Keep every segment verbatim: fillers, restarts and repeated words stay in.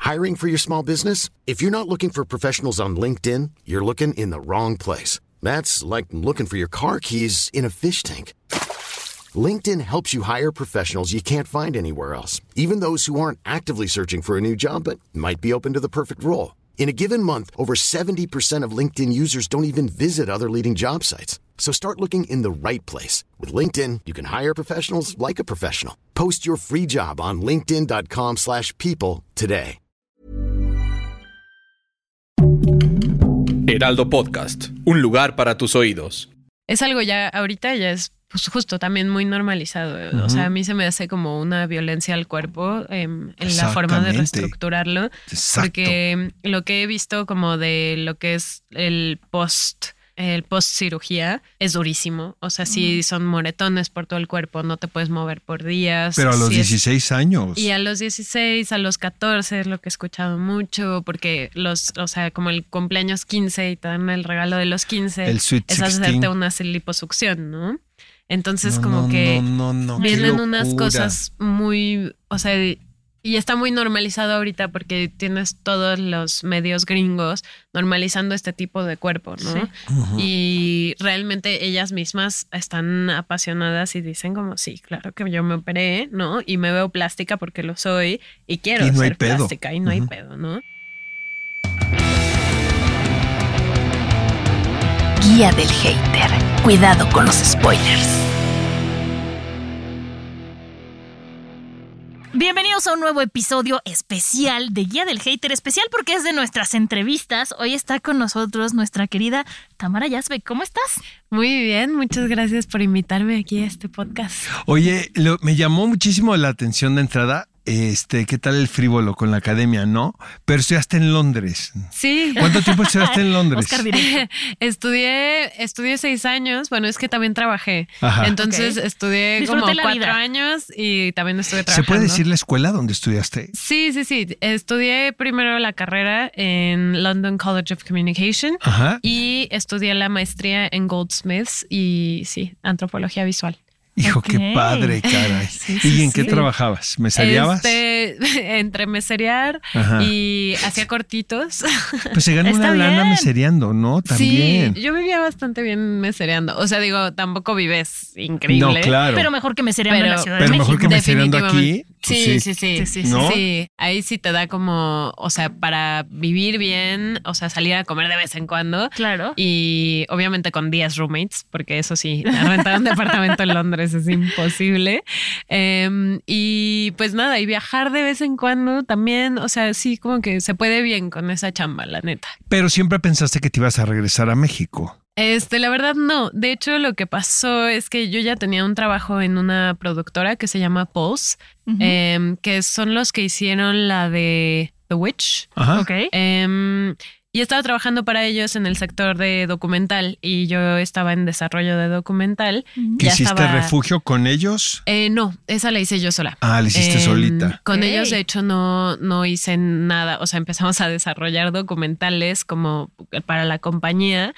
Hiring for your small business? If you're not looking for professionals on LinkedIn, you're looking in the wrong place. That's like looking for your car keys in a fish tank. LinkedIn helps you hire professionals you can't find anywhere else, even those who aren't actively searching for a new job but might be open to the perfect role. In a given month, over seventy percent of LinkedIn users don't even visit other leading job sites. So start looking in the right place. With LinkedIn, you can hire professionals like a professional. Post your free job on linkedin.com slash people today. Heraldo Podcast, un lugar para tus oídos. Es algo ya, ahorita ya es pues justo también muy normalizado. Uh-huh. O sea, a mí se me hace como una violencia al cuerpo eh, en la forma de reestructurarlo. Exacto. Porque lo que he visto como de lo que es el post... el post cirugía es durísimo. O sea, sí son moretones por todo el cuerpo, no te puedes mover por días. Pero a los sí dieciséis es, años. Y a los dieciséis, a los catorce es lo que he escuchado mucho, porque los, o sea, como el cumpleaños quince y te dan el regalo de los quince, el Sweet es sixteen. hacerte una liposucción, ¿no? Entonces no, como no, que no, no, no, vienen unas cosas muy, o sea, y está muy normalizado ahorita porque tienes todos los medios gringos normalizando este tipo de cuerpo, ¿no? Sí. Uh-huh. Y realmente ellas mismas están apasionadas y dicen como, sí, claro que yo me operé, ¿no? Y me veo plástica porque lo soy y quiero y no ser hay pedo. plástica y no uh-huh. hay pedo, ¿no? Guía del hater. Cuidado con los spoilers. Bienvenidos a un nuevo episodio especial de Guía del Hater, especial porque es de nuestras entrevistas. Hoy está con nosotros nuestra querida Tamara Yazbek. ¿Cómo estás? Muy bien, muchas gracias por invitarme aquí a este podcast. Oye, lo, me llamó muchísimo la atención de entrada. Este, ¿qué tal el frívolo con la academia, no? Pero estudiaste en Londres. Sí. ¿Cuánto tiempo estudiaste en Londres? Oscar directo. Estudié, estudié seis años. Bueno, es que también trabajé. Ajá. Entonces okay. estudié Disfruté como la cuatro vida. años y también estuve trabajando. ¿Se puede decir la escuela donde estudiaste? Sí, sí, sí. Estudié primero la carrera en London College of Communication. Ajá. Y estudié la maestría en Goldsmiths y sí, antropología visual. Hijo, okay. qué padre, caray. Sí, ¿Y sí, en qué sí. trabajabas? ¿Mesereabas? Este, entre meserear Ajá. y hacía cortitos. Pues se gana una lana bien. mesereando, ¿no? También. Sí, yo vivía bastante bien mesereando. O sea, digo, tampoco vives increíble. No, claro. Pero mejor que mesereando pero, en la Ciudad pero de mejor México. que mesereando aquí. Sí, pues sí, sí, sí, sí, ¿no? sí. Ahí sí te da como, o sea, para vivir bien, o sea, salir a comer de vez en cuando. Claro. Y obviamente con diez roommates, porque eso sí, rentar un departamento en Londres es imposible. Eh, y pues nada, y viajar de vez en cuando también, o sea, sí, como que se puede bien con esa chamba, la neta. Pero siempre pensaste que te ibas a regresar a México. Este, la verdad no. De hecho, lo que pasó es que yo ya tenía un trabajo en una productora que se llama Pulse, uh-huh. eh, que son los que hicieron la de The Witch. Ajá. Ok. Eh, y estaba trabajando para ellos en el sector de documental y yo estaba en desarrollo de documental. Uh-huh. ¿Qué hiciste estaba... refugio con ellos? Eh, no, esa la hice yo sola. Ah, la hiciste eh, solita. Con okay. ellos, de hecho, no, no hice nada. O sea, empezamos a desarrollar documentales como para la compañía.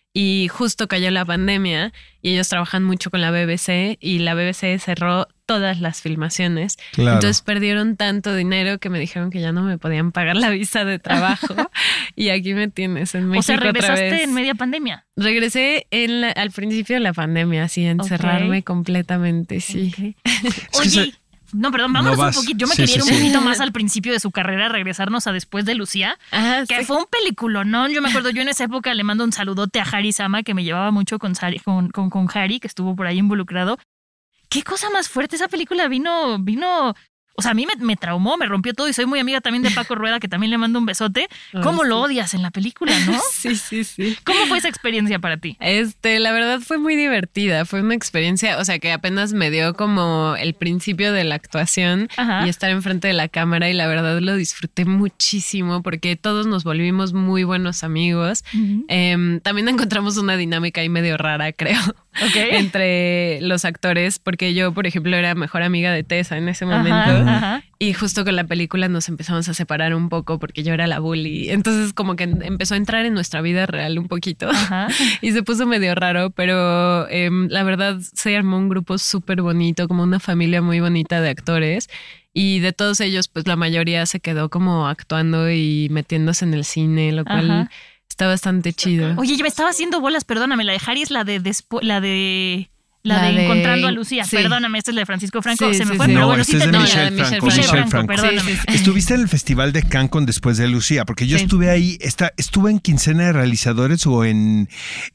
Y justo cayó la pandemia y ellos trabajan mucho con la B B C y la B B C cerró todas las filmaciones. Claro. Entonces perdieron tanto dinero que me dijeron que ya no me podían pagar la visa de trabajo y aquí me tienes en México. O sea, regresaste otra vez. En media pandemia. Regresé en la, al principio de la pandemia, así, encerrarme okay. completamente, sí. Okay. Es Oye... se... No, perdón, vámonos no un poquito. Yo me sí, quería ir sí, un sí. poquito más al principio de su carrera, regresarnos a después de Lucía, Ajá, que sí. fue un peliculón, ¿no? Yo me acuerdo, yo en esa época le mando un saludote a Harry Sama, que me llevaba mucho con, con, con, con Harry, que estuvo por ahí involucrado. ¿Qué cosa más fuerte? Esa película vino, vino... O sea, a mí me, me traumó, me rompió todo y soy muy amiga también de Paco Rueda, que también le mando un besote. ¿Cómo sí. lo odias en la película, no? Sí, sí, sí. ¿Cómo fue esa experiencia para ti? Este, la verdad fue muy divertida. Fue una experiencia, o sea, que apenas me dio como el principio de la actuación Ajá. y estar enfrente de la cámara y la verdad lo disfruté muchísimo porque todos nos volvimos muy buenos amigos. Uh-huh. Eh, también encontramos una dinámica ahí medio rara, creo. Okay. Entre los actores, porque yo, por ejemplo, era mejor amiga de Tessa en ese momento. Ajá. Ajá. Y justo con la película nos empezamos a separar un poco porque yo era la bully. Entonces como que empezó a entrar en nuestra vida real un poquito. Ajá. Y se puso medio raro, pero eh, la verdad se armó un grupo súper bonito, como una familia muy bonita de actores. Y de todos ellos, pues la mayoría se quedó como actuando y metiéndose en el cine, lo cual Ajá. está bastante chido. Oye, yo me estaba haciendo bolas, perdóname, la de Harry es la de despu- la de la, La de de- Encontrando a Lucía. sí. Perdóname, esta es la de Francisco Franco. Sí, Se me sí, fue, sí. pero No, bueno, este sí es te de no, Michelle la de Franco, Michelle Michelle Franco, Franco. perdóname. Sí, sí. Estuviste en el Festival de Cannes con Después de Lucía, porque yo Sí. estuve ahí, está, estuve en Quincena de Realizadores o en...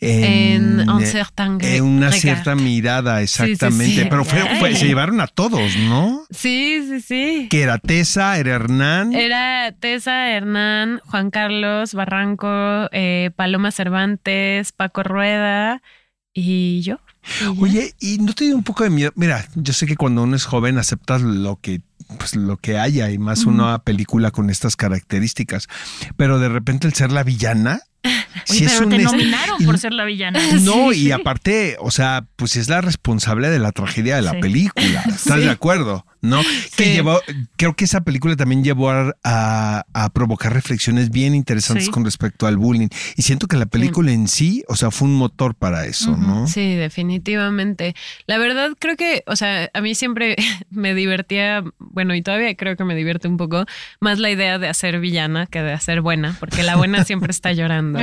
En un eh, certain en una regard. cierta mirada, exactamente. Sí, sí, sí. Pero fue, fue- Ay. se llevaron a todos, ¿no? Sí, sí, sí. Que era Tessa, era Hernán. Era Tessa, Hernán, Juan Carlos Barranco, eh, Paloma Cervantes, Paco Rueda y yo. Y ya. Oye, ¿y no te dio un poco de miedo? Mira, yo sé que cuando uno es joven aceptas lo que, pues, lo que haya y más una película con estas características, pero de repente el ser la villana... Oye, sí es pero un te est- nominaron y- por ser la villana. No, Sí. y aparte, o sea, pues es la responsable de la tragedia de la Sí. película. ¿Estás Sí. de acuerdo? ¿No? Que Sí. llevó, creo que esa película también llevó a, a- a provocar reflexiones bien interesantes Sí. con respecto al bullying. Y siento que la película en sí, o sea, fue un motor para eso, Ujú. ¿no? Sí, definitivamente. La verdad creo que, o sea, a mí siempre me divertía, bueno, y todavía creo que me divierte un poco más la idea de hacer villana que de hacer buena, porque la buena siempre está llorando.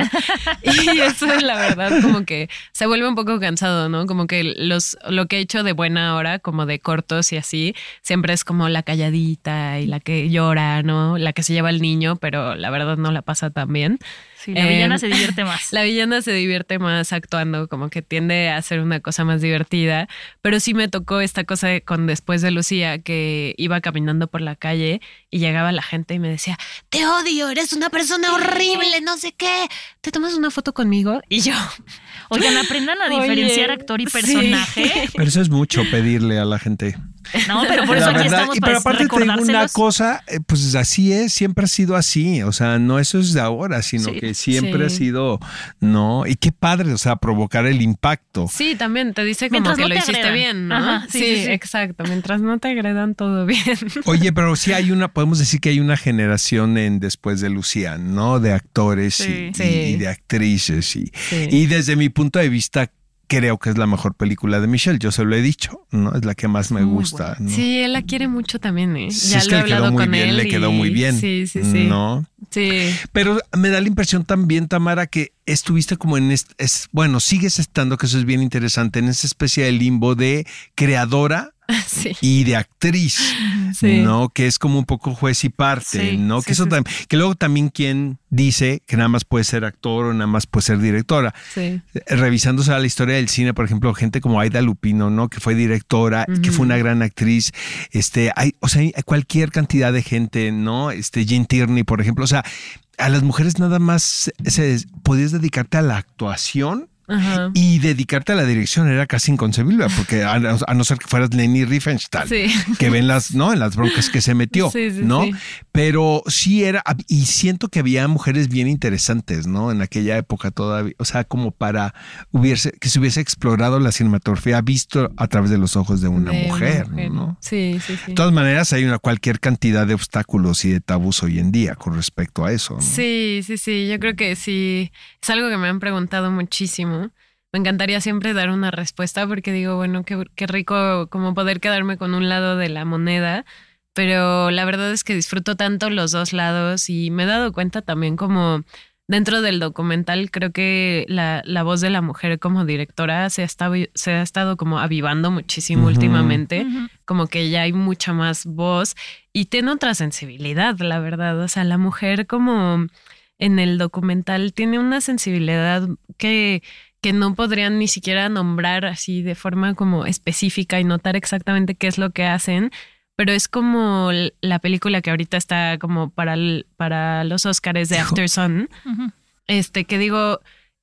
Y eso, la verdad, como que se vuelve un poco cansado, ¿no? Como que los, lo que he hecho de buena ahora, como de cortos y así, siempre es como la calladita y la que llora, ¿no? La que se lleva al niño, pero la verdad no la pasa tan bien. Sí, la Eh, villana se divierte más. La villana se divierte más actuando, como que tiende a hacer una cosa más divertida, pero sí me tocó esta cosa de- con Después de Lucía, que iba caminando por la calle y llegaba la gente y me decía, te odio, eres una persona horrible, no sé qué, ¿te tomas una foto conmigo? Y yo, Oigan, aprendan a Oye, diferenciar actor y sí. personaje. Pero eso es mucho pedirle a la gente. No, pero por eso La aquí verdad, estamos y para pero aparte te digo una recordárselos. cosa, eh, pues así es, siempre ha sido así, o sea, no eso es de ahora, sino Sí. que siempre Sí. ha sido, ¿no? Y qué padre, o sea, provocar el impacto. sí, también te dice como Mientras que no lo te hiciste agredan. bien, ¿no? Ajá, sí, sí, sí, sí. exacto, mientras no te agredan todo bien. Oye, pero sí hay una, podemos decir que hay una generación en Después de Lucía, ¿no? De actores Sí. y, y- Sí. y de actrices. Y, Sí. y desde mi punto de vista, creo que es la mejor película de Michelle. Yo se lo he dicho, ¿no? Es la que más me Muy gusta. ¿no? Sí, él la quiere mucho también, ¿eh? Sí, Ya es lo que he le quedó hablado muy con bien, él. le quedó y- muy bien. Sí, sí, sí. ¿No? Sí. Pero me da la impresión también, Tamara, que estuviste como en este, es, bueno, sigues estando, que eso es bien interesante, en esa especie de limbo de creadora Sí. y de actriz, Sí. ¿no? Que es como un poco juez y parte, Sí, ¿no? sí, que eso sí, tam- que luego también quien dice que nada más puede ser actor o nada más puede ser directora. Sí. Eh, Revisándose a la historia del cine, por ejemplo, gente como Aida Lupino, ¿no? Que fue directora y que fue una gran actriz. Este, hay, o sea, hay cualquier cantidad de gente, ¿no? Este, Jean Tierney, por ejemplo. O sea, a las mujeres nada más se, podías dedicarte a la actuación. Ajá. Y dedicarte a la dirección era casi inconcebible, porque a, a no ser que fueras Leni Riefenstahl, Sí. que ven las, ¿no? En las broncas que se metió, Sí, sí, ¿no? sí. Pero sí era, y siento que había mujeres bien interesantes, ¿no? En aquella época todavía, o sea, como para hubiese, que se hubiese explorado la cinematografía visto a través de los ojos de una De mujer, mujer. ¿no? Sí, sí, sí. De todas maneras, hay una cualquier cantidad de obstáculos y de tabús hoy en día con respecto a eso, ¿no? Sí, sí, sí. Yo creo que sí. Es algo que me han preguntado muchísimo. Me encantaría siempre dar una respuesta porque digo, bueno, qué, qué rico como poder quedarme con un lado de la moneda. Pero la verdad es que disfruto tanto los dos lados y me he dado cuenta también como dentro del documental creo que la, la voz de la mujer como directora se ha estado, se ha estado como avivando muchísimo Ujú. últimamente. Ujú. Como que ya hay mucha más voz y tiene otra sensibilidad, la verdad. O sea, la mujer como en el documental tiene una sensibilidad que, que no podrían ni siquiera nombrar así de forma como específica y notar exactamente qué es lo que hacen. Pero es como la película que ahorita está como para, el- para los Oscars de Hijo. After Sun. Ujú. Este, que digo,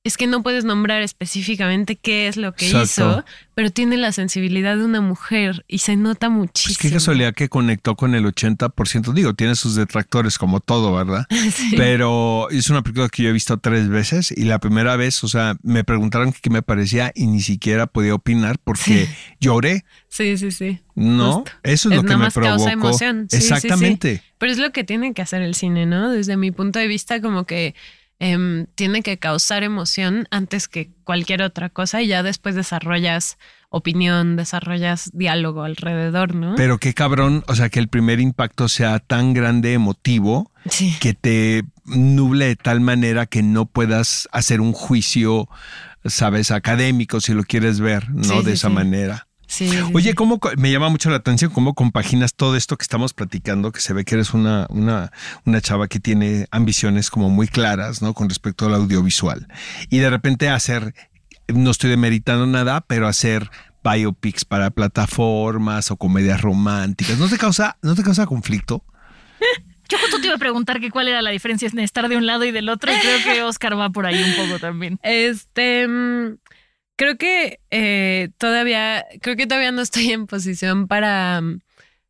es que no puedes nombrar específicamente qué es lo que Exacto. hizo, pero tiene la sensibilidad de una mujer y se nota muchísimo. Pues qué casualidad que conectó con el ochenta por ciento. Digo, tiene sus detractores como todo, ¿verdad? Sí. Pero es una película que yo he visto tres veces y la primera vez, o sea, me preguntaron qué me parecía y ni siquiera podía opinar porque Sí. lloré. Sí, sí, sí. No, Justo. eso es, Es lo que nada me más provocó. causa emoción. Sí, sí, sí. Exactamente. Pero es lo que tiene que hacer el cine, ¿no? Desde mi punto de vista, como que eh, tiene que causar emoción antes que cualquier otra cosa y ya después desarrollas opinión, desarrollas diálogo alrededor, ¿no? Pero qué cabrón, o sea, que el primer impacto sea tan grande, emotivo, Sí. que te nuble de tal manera que no puedas hacer un juicio, sabes, académico, si lo quieres ver, ¿no? Sí, de sí, esa sí. manera. Sí, sí, Oye, sí. cómo co- me llama mucho la atención cómo compaginas todo esto que estamos platicando, que se ve que eres una, una, una chava que tiene ambiciones como muy claras, ¿no? Con respecto al audiovisual. Y de repente hacer, no estoy demeritando nada, pero hacer biopics para plataformas o comedias románticas, ¿no te causa, no te causa conflicto? Yo justo te iba a preguntar que cuál era la diferencia en estar de un lado y del otro, y creo que Oscar va por ahí un poco también. Este, mm, creo que eh, todavía, creo que todavía no estoy en posición para, mm,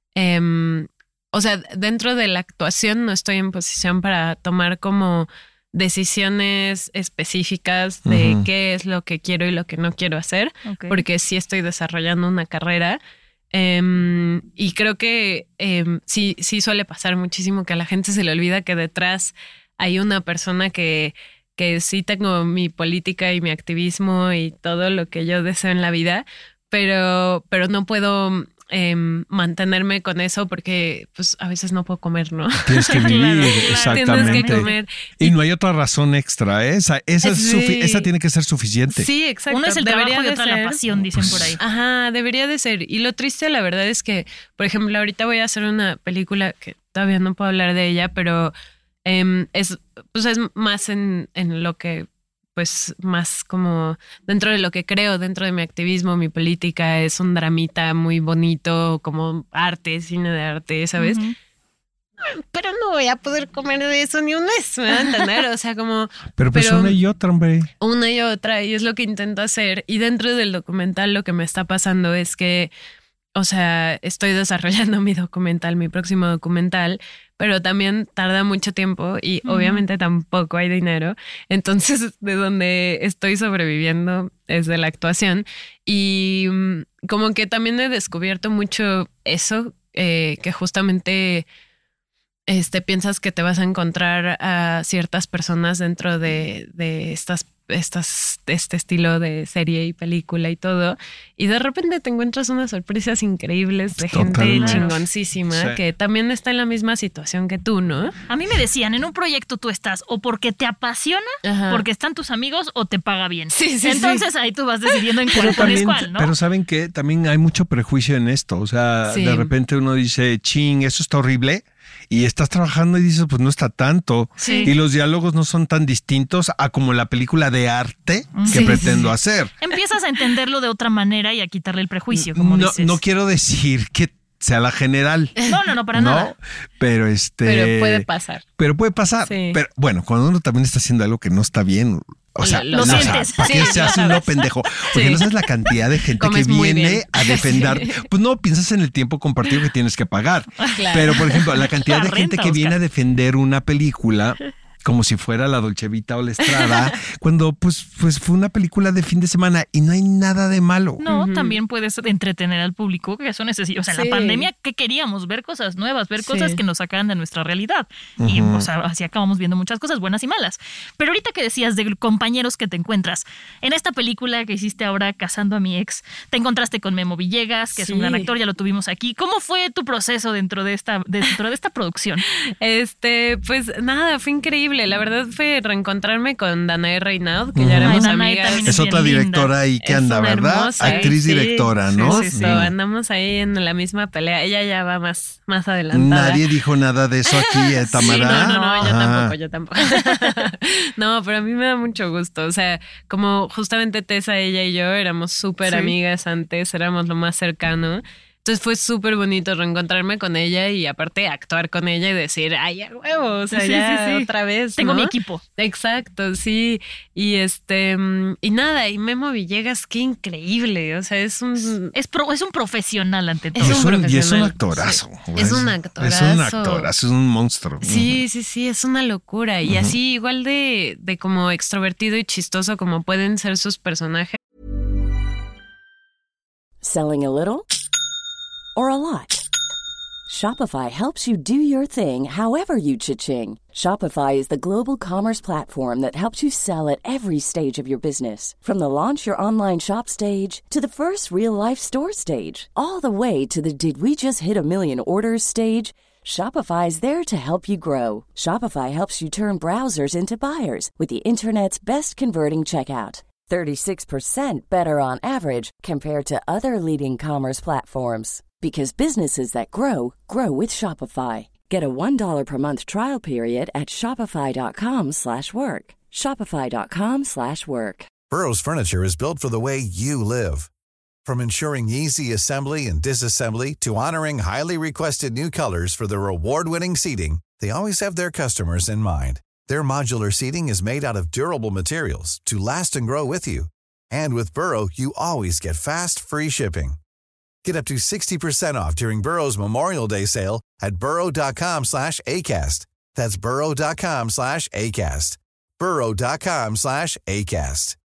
em, o sea, dentro de la actuación no estoy en posición para tomar como decisiones específicas de Ujú. qué es lo que quiero y lo que no quiero hacer, Okay. porque sí estoy desarrollando una carrera. em, y creo que em, sí, sí suele pasar muchísimo que a la gente se le olvida que detrás hay una persona que, que sí tengo mi política y mi activismo y todo lo que yo deseo en la vida, pero, pero no puedo em, mantenerme con eso porque pues a veces no puedo comer, ¿no? Tienes que Claro, vivir, claro. exactamente. Tienes que comer. Y no hay otra razón extra, ¿eh? Esa, esa, es Sí. sufi- esa tiene que ser suficiente. Sí, exacto. Uno es el Debería trabajo y de otra la ser. pasión, dicen por ahí. Ajá, debería de ser. Y lo triste, la verdad, es que, por ejemplo, ahorita voy a hacer una película que todavía no puedo hablar de ella, pero em, es, pues es más en, en lo que, pues, más como dentro de lo que creo, dentro de mi activismo, mi política, es un dramita muy bonito, como arte, cine de arte, ¿sabes? Ujú. Pero no voy a poder comer de eso ni un mes, ¿me van a entender? O sea, como Pero pues Pero- una y otra, hombre. una y otra, y es lo que intento hacer. Y dentro del documental lo que me está pasando es que, o sea, estoy desarrollando mi documental, mi próximo documental, pero también tarda mucho tiempo y Ujú. obviamente tampoco hay dinero. Entonces, de donde estoy sobreviviendo es de la actuación. Y mm, como que también he descubierto mucho eso, eh, que justamente este, piensas que te vas a encontrar a ciertas personas dentro de, de estas, estas, este estilo de serie y película y todo, y de repente te encuentras unas sorpresas increíbles de gente Totalmente. chingoncísima Sí. que también está en la misma situación que tú, ¿no? A mí me decían, en un proyecto tú estás o porque te apasiona, Ajá. porque están tus amigos o te paga bien. Sí, sí, Entonces ahí tú vas decidiendo en Pero cuál pones también, cuál, ¿no? pero saben que también hay mucho prejuicio en esto. O sea, Sí. de repente uno dice, ching, eso está horrible. Y estás trabajando y dices, pues no está tanto. Sí. Y los diálogos no son tan distintos a como la película de arte que Sí, pretendo sí. hacer. Empiezas a entenderlo de otra manera y a quitarle el prejuicio, como no, dices. no quiero decir que sea la general. No, no, no, para no, nada. pero este. Pero puede pasar. Pero puede pasar. Sí. Pero bueno, cuando uno también está haciendo algo que no está bien. O sea, Lo- lo no, o sea, sientes. ¿para qué Sí, se lo hace uno sabes. pendejo? Porque Sí. no sabes la cantidad de gente Comes que muy viene bien. a defender. Pues no, piensas en el tiempo compartido que tienes que pagar. Claro. Pero, por ejemplo, la cantidad La de gente renta, que viene Oscar. a defender una película como si fuera la Dolce Vita o la Estrada, cuando pues, pues fue una película de fin de semana y no hay nada de malo. No, Ujú. también puedes entretener al público, que eso necesita. O sea, en Sí. la pandemia, ¿qué queríamos? Ver cosas nuevas, ver Sí. cosas que nos sacaran de nuestra realidad. Y, Ujú. o sea, así acabamos viendo muchas cosas buenas y malas. Pero ahorita que decías de compañeros que te encuentras, en esta película que hiciste ahora, Casando a mi ex, te encontraste con Memo Villegas, que es un Sí. gran actor, ya lo tuvimos aquí. ¿Cómo fue tu proceso dentro de esta, dentro de esta producción? Este, pues nada, fue increíble. La verdad fue reencontrarme con Danae Reynaud, que Ujú. ya éramos Ay, Danae amigas. también Es bien otra linda. directora ahí que Es anda, una ¿verdad? hermosa, Actriz sí. directora, Sí, ¿no? justo, Mm. andamos ahí en la misma pelea. Ella ya va más, más adelantada. Nadie dijo nada de eso aquí, ¿eh, Sí, Tamara? no, no, no, yo Ajá. tampoco, yo tampoco. No, pero a mí me da mucho gusto. O sea, como justamente Tessa, ella y yo éramos súper Sí. amigas antes, éramos lo más cercano. Entonces fue súper bonito reencontrarme con ella y aparte actuar con ella y decir, ay, a huevo, o sea, sí, ya sí, sí. otra vez, Tengo ¿no? mi equipo. Exacto, sí. Y este, y nada, y Memo Villegas, qué increíble, o sea, es un... Es, pro, es un profesional ante todo. Es Es un un, y es un profesional. actorazo. Sí. Es un actorazo. Es un actorazo, es un monstruo. Sí, sí, sí, es una locura. Y así igual de, de como extrovertido y chistoso como pueden ser sus personajes. Selling a little or a lot? Shopify helps you do your thing however you cha-ching. Shopify is the global commerce platform that helps you sell at every stage of your business. From the launch your online shop stage to the first real-life store stage, all the way to the did we just hit a million orders stage. Shopify is there to help you grow. Shopify helps you turn browsers into buyers with the internet's best converting checkout. thirty-six percent better on average compared to other leading commerce platforms. Because businesses that grow, grow with Shopify. Get a one dollar per month trial period at shopify.com slash work. Shopify.com slash work. Burrow's furniture is built for the way you live. From ensuring easy assembly and disassembly to honoring highly requested new colors for their award-winning seating, they always have their customers in mind. Their modular seating is made out of durable materials to last and grow with you. And with Burrow, you always get fast, free shipping. Get up to sixty percent off during Burrow's Memorial Day sale at burrow.com slash ACAST. That's burrow.com slash ACAST. burrow.com slash ACAST.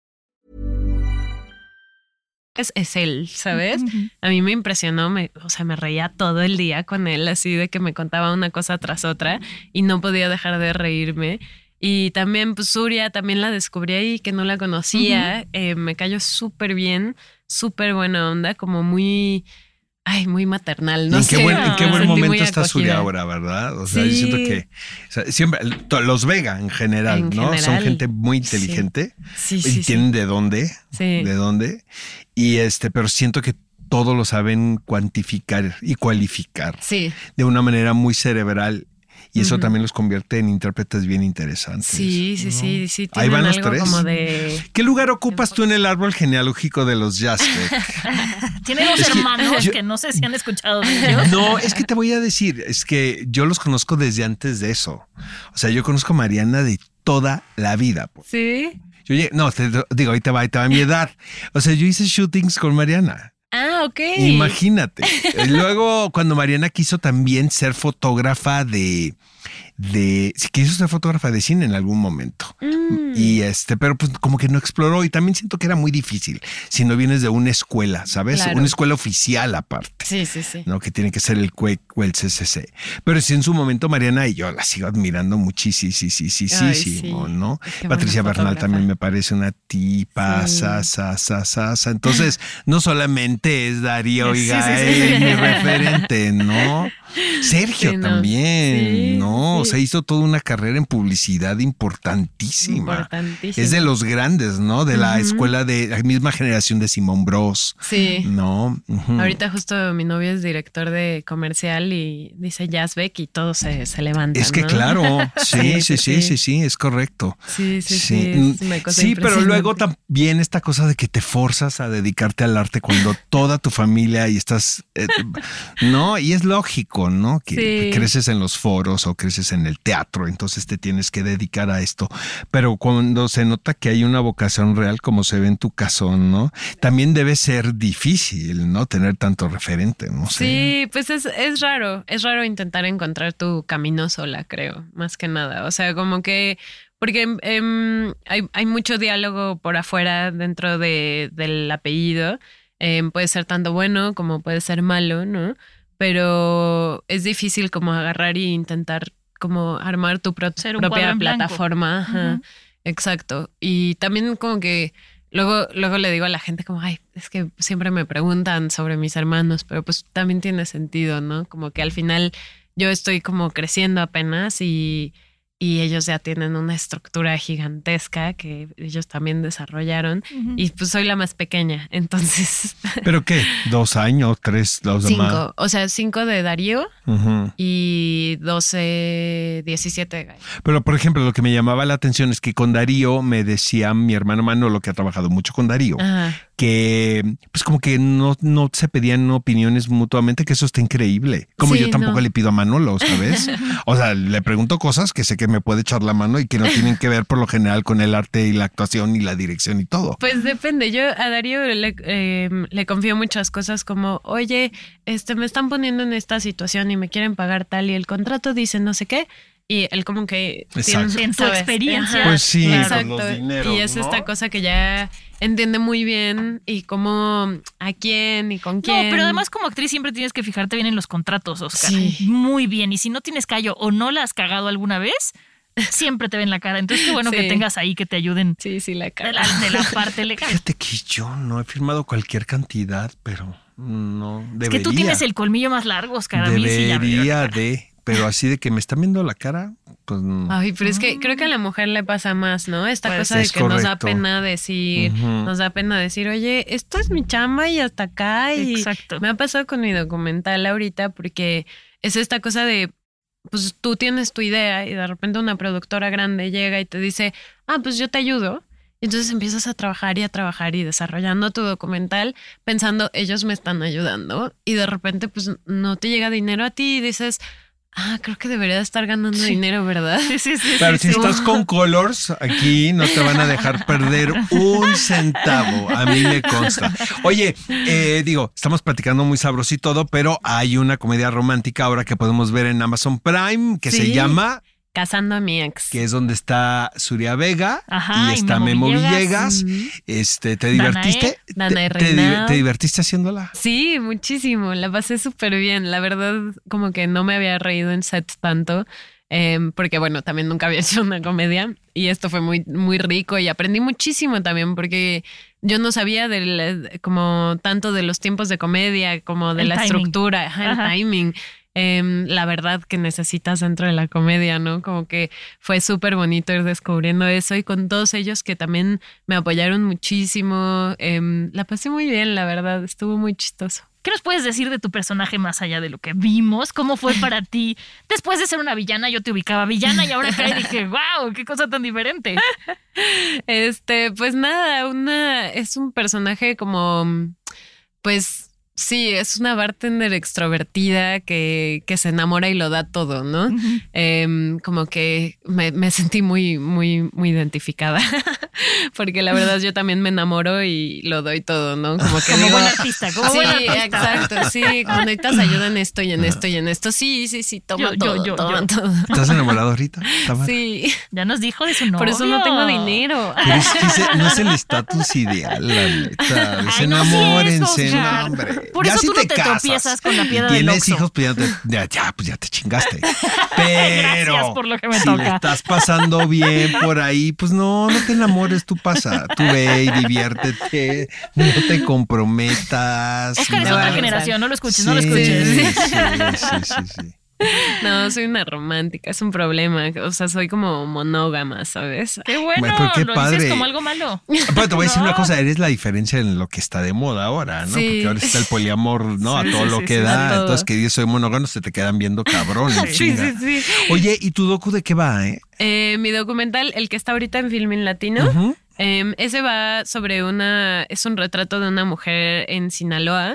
Es, es él, ¿sabes? Uh-huh. A mí me impresionó, me, o sea, me reía todo el día con él, así de que me contaba una cosa tras otra y no podía dejar de reírme. Y también, pues, Surya, también la descubrí ahí, que no la conocía. Uh-huh. Eh, me cayó súper bien, súper buena onda, como muy... Ay, muy maternal, no ¿En sé. qué buen, en qué buen momento está acogida. Surya ahora, ¿verdad? O sea, Sí. yo siento que o sea, siempre, los Vega en general, En ¿no? general. Son gente muy inteligente Sí, y sí, sí, tienen sí. de dónde, Sí. de dónde. Y este, pero siento que todo lo saben cuantificar y cualificar Sí. de una manera muy cerebral. Y eso Ujú. también los convierte en intérpretes bien interesantes. Sí, sí, ¿no? sí, sí. Ahí Tienen van los algo tres. como de... ¿Qué lugar ocupas tú en el árbol genealógico de los Yazbek? Tiene dos Es que hermanos yo- que no sé si han escuchado de ellos. No, es que te voy a decir, es que yo los conozco desde antes de eso. O sea, yo conozco a Mariana de toda la vida. pues. Sí. Yo llegué- no, te digo, ahí te va, ahí te va mi edad. O sea, yo hice shootings con Mariana. Ah, ok. Imagínate. Y luego, cuando Mariana quiso también ser fotógrafa de, de, sí, quiso ser fotógrafa de cine en algún momento. Mm. Y este, pero pues como que no exploró y también siento que era muy difícil si no vienes de una escuela, ¿sabes? Claro. Una escuela oficial aparte. Sí, sí, sí. ¿No? Que tiene que ser el C U E C o el C C C. Pero sí, en su momento, Mariana, y yo la sigo admirando muchísimo, sí, sí, sí, Ay, sí, sí. ¿no? Qué Patricia buena Bernal fotógrafa. también me parece una tipa, Sí. sa, sa, sa, sa, sa. Entonces, no solamente es Darío Sí, y sí, sí, Gael sí. mi referente, ¿no? Sergio Sí, no. también, Sí, ¿no? O sí. sea, hizo toda una carrera en publicidad importantísima. Importantísimo. Es de los grandes, ¿no? De la Ujú. escuela de la misma generación de Simón Bros. Sí. ¿No? Ujú. Ahorita justo mi novio es director de comercial y dice Yazbek y todos se, se levantan, Es que ¿no? claro, sí, sí, sí, sí, sí, es correcto. Sí, sí, sí. Sí, es una cosa sí, pero impresionante. luego también esta cosa de que te forzas a dedicarte al arte cuando toda tu familia y estás, eh, ¿no? Y es lógico, ¿no? Que, Sí. que creces en los foros o creces en el teatro, entonces te tienes que dedicar a esto. Pero cuando se nota que hay una vocación real, como se ve en tu caso, ¿no? También debe ser difícil, ¿no? Tener tanto referente, no sé. Sí, pues es, es raro, es raro intentar encontrar tu camino sola, creo, más que nada. O sea, como que, porque em, hay, hay mucho diálogo por afuera dentro de, del apellido. Em, puede ser tanto bueno como puede ser malo, ¿no? Pero es difícil como agarrar e intentar como armar tu pro- Ser un cuadro propia en blanco. plataforma. Ajá, Ujú. exacto. Y también como que luego, luego le digo a la gente como, ay, es que siempre me preguntan sobre mis hermanos, pero pues también tiene sentido, ¿no? Como que al final yo estoy como creciendo apenas y, y ellos ya tienen una estructura gigantesca que ellos también desarrollaron Ujú. y pues soy la más pequeña, entonces ¿Pero qué? ¿Dos años? ¿Tres? ¿Los demás? cinco, o sea, cinco de Darío Ujú. y doce, diecisiete de Gael. Pero, por ejemplo, lo que me llamaba la atención es que con Darío me decía mi hermano Manolo, que ha trabajado mucho con Darío, Ajá. que pues como que no, no se pedían opiniones mutuamente, que eso está increíble. Como Sí, yo tampoco no. le pido a Manolo, ¿sabes? O sea, le pregunto cosas que sé que me puede echar la mano y que no tienen que ver por lo general con el arte y la actuación y la dirección y todo. Pues depende. Yo a Darío le, eh, le confío muchas cosas como, oye, este, me están poniendo en esta situación y me quieren pagar tal y el contrato dice no sé qué. Y él como que Exacto. tiene En tu ¿sabes? experiencia. Ajá. Pues sí, Claro. con Exacto. los dineros, y es ¿no? esta cosa que ya entiende muy bien y cómo, a quién y con quién. No, pero además como actriz siempre tienes que fijarte bien en los contratos, Oscar. Sí. Muy bien. Y si no tienes callo o no la has cagado alguna vez, siempre te ven la cara. Entonces qué bueno Sí. que tengas ahí que te ayuden Sí, sí, la de cara. la, de la parte legal. Fíjate que yo no he firmado cualquier cantidad, pero no debería. Es que tú tienes el colmillo más largo, Oscar. A mí sí ya me dio Debería la cara. de, pero así de que me están viendo la cara, pues no. Ay, pero es que creo que a la mujer le pasa más, ¿no? Esta Pues cosa de es que nos da correcto. pena decir, Ujú. nos da pena decir, oye, esto es mi chamba y hasta acá. Y Exacto. me ha pasado con mi documental ahorita porque es esta cosa de, pues tú tienes tu idea y de repente una productora grande llega y te dice, ah, pues yo te ayudo. Y entonces empiezas a trabajar y a trabajar y desarrollando tu documental pensando, ellos me están ayudando. Y de repente, pues no te llega dinero a ti y dices, ah, creo que debería de estar ganando dinero, ¿verdad? Sí, sí, sí. Pero sí, si sí. estás con Colors, aquí no te van a dejar perder un centavo. A mí me consta. Oye, eh, digo, estamos platicando muy sabroso y todo, pero hay una comedia romántica ahora que podemos ver en Amazon Prime que se Sí. llama, Casando a mi ex. que es donde está Surya Vega Ajá, y y está Memo Memo Villegas. Villegas. Este, ¿te Danae. divertiste? Danae ¿Te, te, di- Reinao. te divertiste haciéndola? Sí, muchísimo. La pasé súper bien. La verdad, como que no me había reído en set tanto. em, porque bueno, también nunca había hecho una comedia y esto fue muy, muy rico y aprendí muchísimo también porque yo no sabía del, como tanto de los tiempos de comedia, como de El la timing. estructura, ajá, Ajá. el timing. em, la verdad que necesitas dentro de la comedia, ¿no? Como que fue súper bonito ir descubriendo eso y con todos ellos que también me apoyaron muchísimo. em, la pasé muy bien, la verdad, estuvo muy chistoso. ¿Qué nos puedes decir de tu personaje más allá de lo que vimos? ¿Cómo fue para ti? Después de ser una villana, yo te ubicaba villana y ahora acá y dije, wow, qué cosa tan diferente. Este, pues nada, una es un personaje como, pues sí, es una bartender extrovertida que, que se enamora y lo da todo, ¿no? Em, como que me, me sentí muy, muy, muy identificada. Porque la verdad yo también me enamoro y lo doy todo, ¿no? Como que Como digo, buen artista, como sí, buen artista. exacto, sí, como necesitas ayuda en esto y en esto y en esto. Sí, sí, sí, toma Yo, yo, todo, yo, toma yo. todo. ¿Estás enamorado ahorita, Tamara? Sí, Ya nos dijo de su novio. por eso no tengo dinero. Pero es que ese no es el estatus ideal, la neta. Ay, no, sí enamórense, es, no, Oscar. hombre. Por Ya eso si tú no te casas tropiezas con la y piedra del tienes Oxxo. hijos, pues ya, te- ya, ya, pues ya te chingaste. Pero Gracias por lo que me si toca. le estás pasando bien por ahí, pues no, no te enamores, tú pasa. Tú ve y diviértete, no te comprometas. Oscar es no. otra Sí. generación, no lo escuches, no lo Sí, escuches. Sí, sí, sí, sí. No, soy una romántica, es un problema. O sea, soy como monógama, ¿sabes? Qué bueno, Bueno, pero qué lo padre. dices como algo malo. Pero te voy a decir No. una cosa, eres la diferencia en lo que está de moda ahora, ¿no? Sí. Porque ahora está el poliamor, ¿no? Sí, a todo sí, lo sí, que sí, da. a todo. Entonces, que dices soy monógamo, se te quedan viendo cabrón. en Sí, chinga. sí, sí. Oye, ¿y tu docu de qué va, eh? Eh, mi documental, el que está ahorita en Filmin Latino, Ujú. eh, ese va sobre una, es un retrato de una mujer en Sinaloa.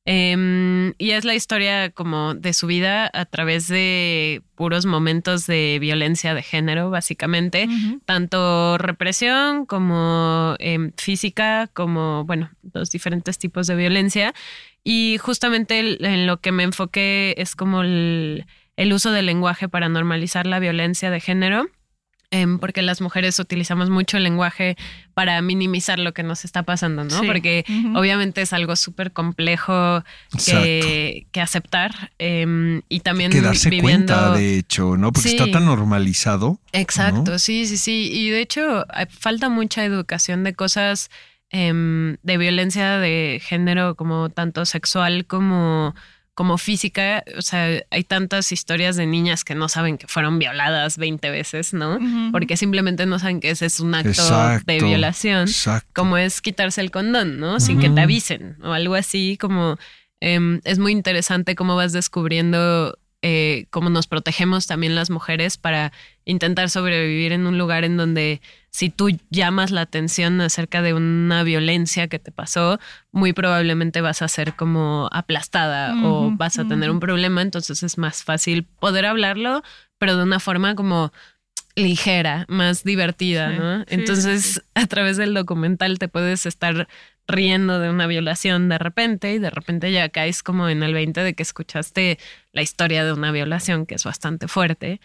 eh, y es la historia como de su vida a través de puros momentos de violencia de género, básicamente. Ujú. Tanto represión como eh, física, como, bueno, los diferentes tipos de violencia. Y justamente el- en lo que me enfoqué es como el, el uso del lenguaje para normalizar la violencia de género. em, porque las mujeres utilizamos mucho el lenguaje para minimizar lo que nos está pasando, ¿no? Sí. Porque Ujú. obviamente es algo súper complejo que, que aceptar em, y también Que darse viviendo... cuenta, de hecho, ¿no? Porque Sí. está tan normalizado. Exacto, ¿no? sí, sí, sí. Y de hecho, hay- falta mucha educación de cosas em, de violencia de género, como tanto sexual como, como física. O sea, hay tantas historias de niñas que no saben que fueron violadas veinte veces, ¿no? Ujú. Porque simplemente no saben que ese es un acto Exacto, de violación. Exacto. Como es quitarse el condón, ¿no? Sin que te Ujú. avisen o algo así, como em, es muy interesante cómo vas descubriendo eh, cómo nos protegemos también las mujeres para intentar sobrevivir en un lugar en donde si tú llamas la atención acerca de una violencia que te pasó, muy probablemente vas a ser como aplastada uh-huh, o vas a tener uh-huh. un problema, entonces es más fácil poder hablarlo, pero de una forma como ligera, más divertida, sí, ¿no? Sí, entonces, sí, sí. a través del documental te puedes estar riendo de una violación de repente y de repente ya caes como en el veinte de que escuchaste la historia de una violación que es bastante fuerte.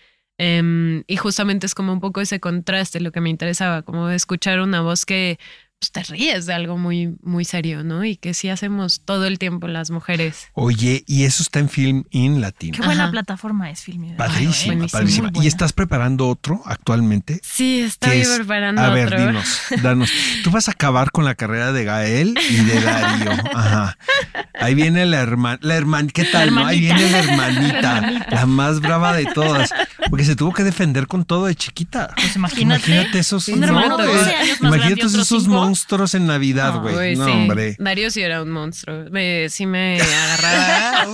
Um, y justamente es como un poco ese contraste lo que me interesaba, como escuchar una voz que pues, te ríes de algo muy, muy serio, ¿no? Y que sí hacemos todo el tiempo las mujeres. Oye, y eso está en Film In Latino. Qué buena Ajá. plataforma es Film In. Padrísima, ¿eh? padrísima. ¿Y estás preparando otro actualmente? Sí, estoy es, preparando a ver, otro. dinos, danos. Tú vas a acabar con la carrera de Gael y de Darío. Ajá. Ahí viene la hermana, la hermana, ¿qué tal? No? Ahí viene la hermanita, la hermanita, la más brava de todas. Porque se tuvo que defender con todo de chiquita. Pues imagínate. Imagínate esos, un hermano de doce años más imagínate grande, esos cinco. monstruos en Navidad, güey. Oh, no, sí. hombre. Darío sí era un monstruo. Me, sí me agarraba.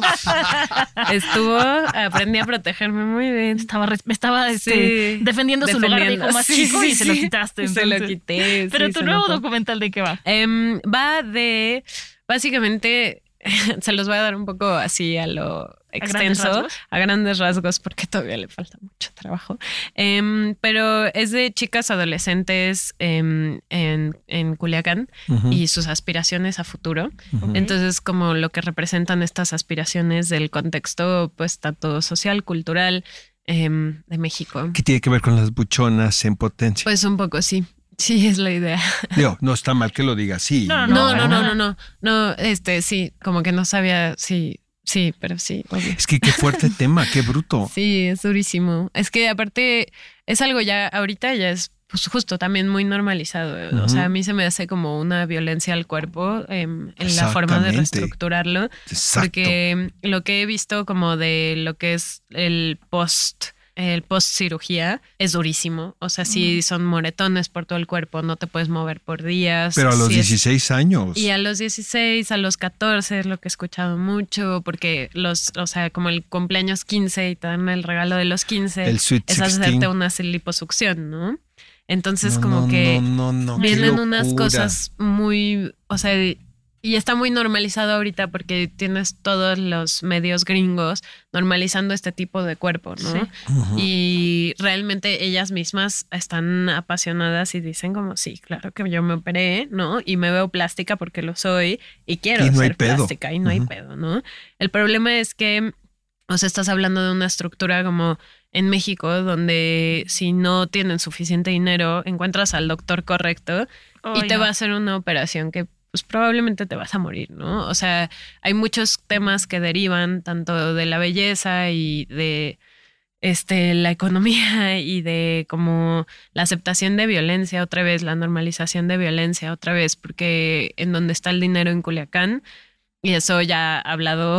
Uf. Estuvo, aprendí a protegerme muy bien. Estaba, estaba este, sí. defendiendo, defendiendo su lugar de hijo más sí, chico sí, y se sí. lo quitaste. Entonces. Se lo quité. Pero sí, tu nuevo documental, ¿de qué va? Um, va de, básicamente, se los voy a dar un poco así a lo extenso, a grandes, a grandes rasgos, porque todavía le falta mucho trabajo. Um, pero es de chicas adolescentes um, en, en Culiacán uh-huh. y sus aspiraciones a futuro. Uh-huh. Entonces, como lo que representan estas aspiraciones del contexto, pues, tanto social, cultural, um, de México. ¿Qué tiene que ver con las buchonas en potencia? Pues un poco, sí. Sí, es la idea. Digo, no está mal que lo diga, sí. No, no, no, no, no, no, no, este, sí, como que no sabía, sí, sí, pero sí. Obvio. Es que qué fuerte tema, qué bruto. Sí, es durísimo. Es que aparte es algo ya, ahorita ya es pues, justo también muy normalizado. Uh-huh. O sea, a mí se me hace como una violencia al cuerpo eh, en la forma de reestructurarlo. Exacto. Porque lo que he visto como de lo que es el post... El post cirugía es durísimo. O sea, sí son moretones por todo el cuerpo, no te puedes mover por días. Pero a los sí dieciséis es, años. Y a los dieciséis, a los catorce es lo que he escuchado mucho, porque los, o sea, como el cumpleaños quince y te dan el regalo de los quince, el Sweet es sixteen. hacerte una liposucción, ¿no? Entonces no, como no, que no, no, no, vienen unas cosas muy, o sea, y está muy normalizado ahorita porque tienes todos los medios gringos normalizando este tipo de cuerpo, ¿no? Sí. Uh-huh. Y realmente ellas mismas están apasionadas y dicen como, sí, claro que yo me operé, ¿no? Y me veo plástica porque lo soy y quiero y no ser hay plástica y no uh-huh. hay pedo, ¿no? El problema es que, o sea, estás hablando de una estructura como en México donde si no tienen suficiente dinero encuentras al doctor correcto oh, y te no. va a hacer una operación que pues probablemente te vas a morir, ¿no? O sea, hay muchos temas que derivan tanto de la belleza y de este, la economía y de como la aceptación de violencia otra vez, la normalización de violencia otra vez, porque en donde está el dinero en Culiacán, y eso ya ha hablado,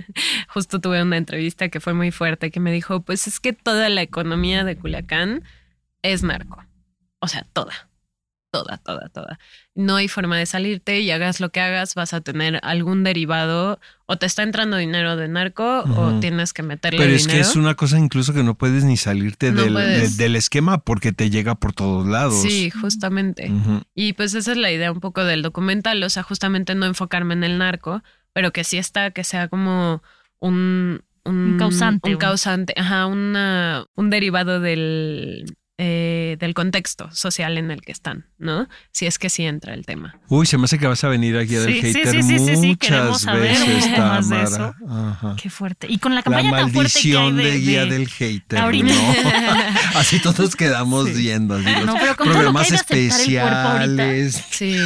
justo tuve una entrevista que fue muy fuerte, que me dijo, pues es que toda la economía de Culiacán es narco. O sea, toda. Toda, toda, toda. No hay forma de salirte y hagas lo que hagas, vas a tener algún derivado o te está entrando dinero de narco uh-huh. o tienes que meterle Pero dinero. Pero es que es una cosa incluso que no puedes ni salirte no del, de, del esquema porque te llega por todos lados. Sí, justamente. Uh-huh. Y pues esa es la idea un poco del documental, o sea, justamente no enfocarme en el narco, pero que sí está, que sea como un... Un, un causante. Un causante, ajá, una, un derivado del... Eh, del contexto social en el que están, ¿no? Si es que sí entra el tema. Uy, se me hace que vas a venir aquí a del sí, hater sí, sí, sí, sí, muchas saber veces, más de eso. Ajá. Qué fuerte. Y con la campaña la tan fuerte que hay de, de guía de... del hater, ahorita. ¿no? Así todos quedamos sí. viendo así los no, pero con programas todo lo que hay de especiales. Sí.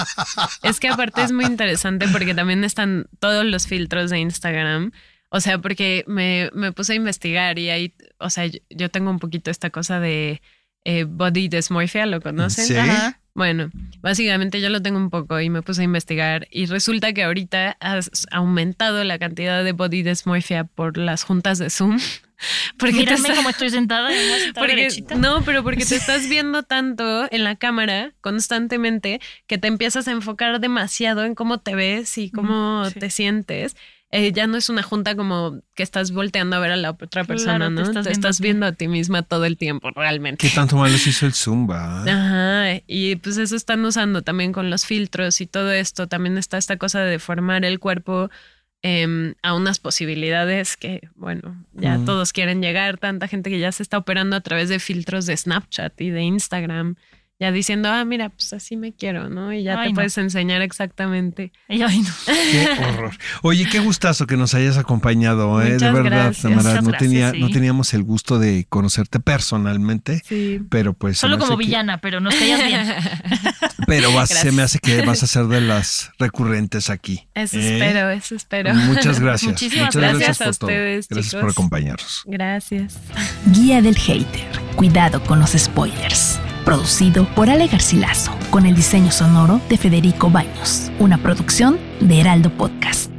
Es que aparte es muy interesante porque también están todos los filtros de Instagram. O sea, porque me, me puse a investigar y ahí, o sea, yo, yo tengo un poquito esta cosa de eh, body dysmorphia, ¿lo conocen? Sí. Ajá. Bueno, básicamente yo lo tengo un poco y me puse a investigar y resulta que ahorita has aumentado la cantidad de body dysmorphia por las juntas de Zoom. Porque Mírame estás... como estoy sentada, sentada porque, derechita. No, pero porque te estás viendo tanto en la cámara constantemente que te empiezas a enfocar demasiado en cómo te ves y cómo sí. te sientes. eh, ya no es una junta como que estás volteando a ver a la otra persona, Claro, ¿no? te estás Te viendo estás a ti. viendo a ti misma todo el tiempo, realmente. ¿Qué tanto mal les hizo el Zumba? Ajá, y pues eso están usando también con los filtros y todo esto. También está esta cosa de deformar el cuerpo eh, a unas posibilidades que, bueno, ya Mm. todos quieren llegar. Tanta gente que ya se está operando a través de filtros de Snapchat y de Instagram. Ya diciendo, ah, mira, pues así me quiero, ¿no? Y ya Ay, te no. puedes enseñar exactamente. Y, ay, no. Qué horror. Oye, qué gustazo que nos hayas acompañado, ¿eh? Muchas de verdad, gracias. Tamara. Muchas No, gracias, tenía, sí. no teníamos el gusto de conocerte personalmente, Sí. pero pues... se Solo me como hace que- villana, pero nos caías bien. Pero vas- se Gracias. me hace que vas a ser de las recurrentes aquí. Eso ¿eh? espero, eso espero. Muchas gracias. Muchísimas Muchas gracias por a todo. ustedes, Gracias chicos. por acompañarnos. Gracias. Guía del Hater. Cuidado con los spoilers. Producido por Ale Garcilaso, con el diseño sonoro de Federico Baños. Una producción de Heraldo Podcast.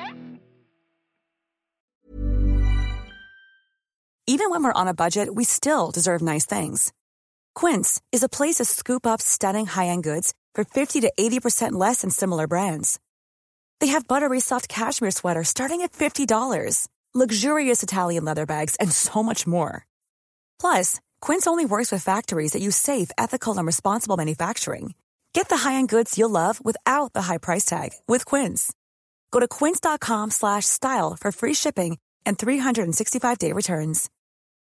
Even when we're on a budget, we still deserve nice things. Quince is a place to scoop up stunning high-end goods for fifty to eighty percent less than similar brands. They have buttery soft cashmere sweaters starting at fifty dollars, luxurious Italian leather bags, and so much more. Plus, Quince only works with factories that use safe, ethical, and responsible manufacturing. Get the high-end goods you'll love without the high price tag with Quince. Go to quince.com slash style for free shipping and three sixty-five day returns.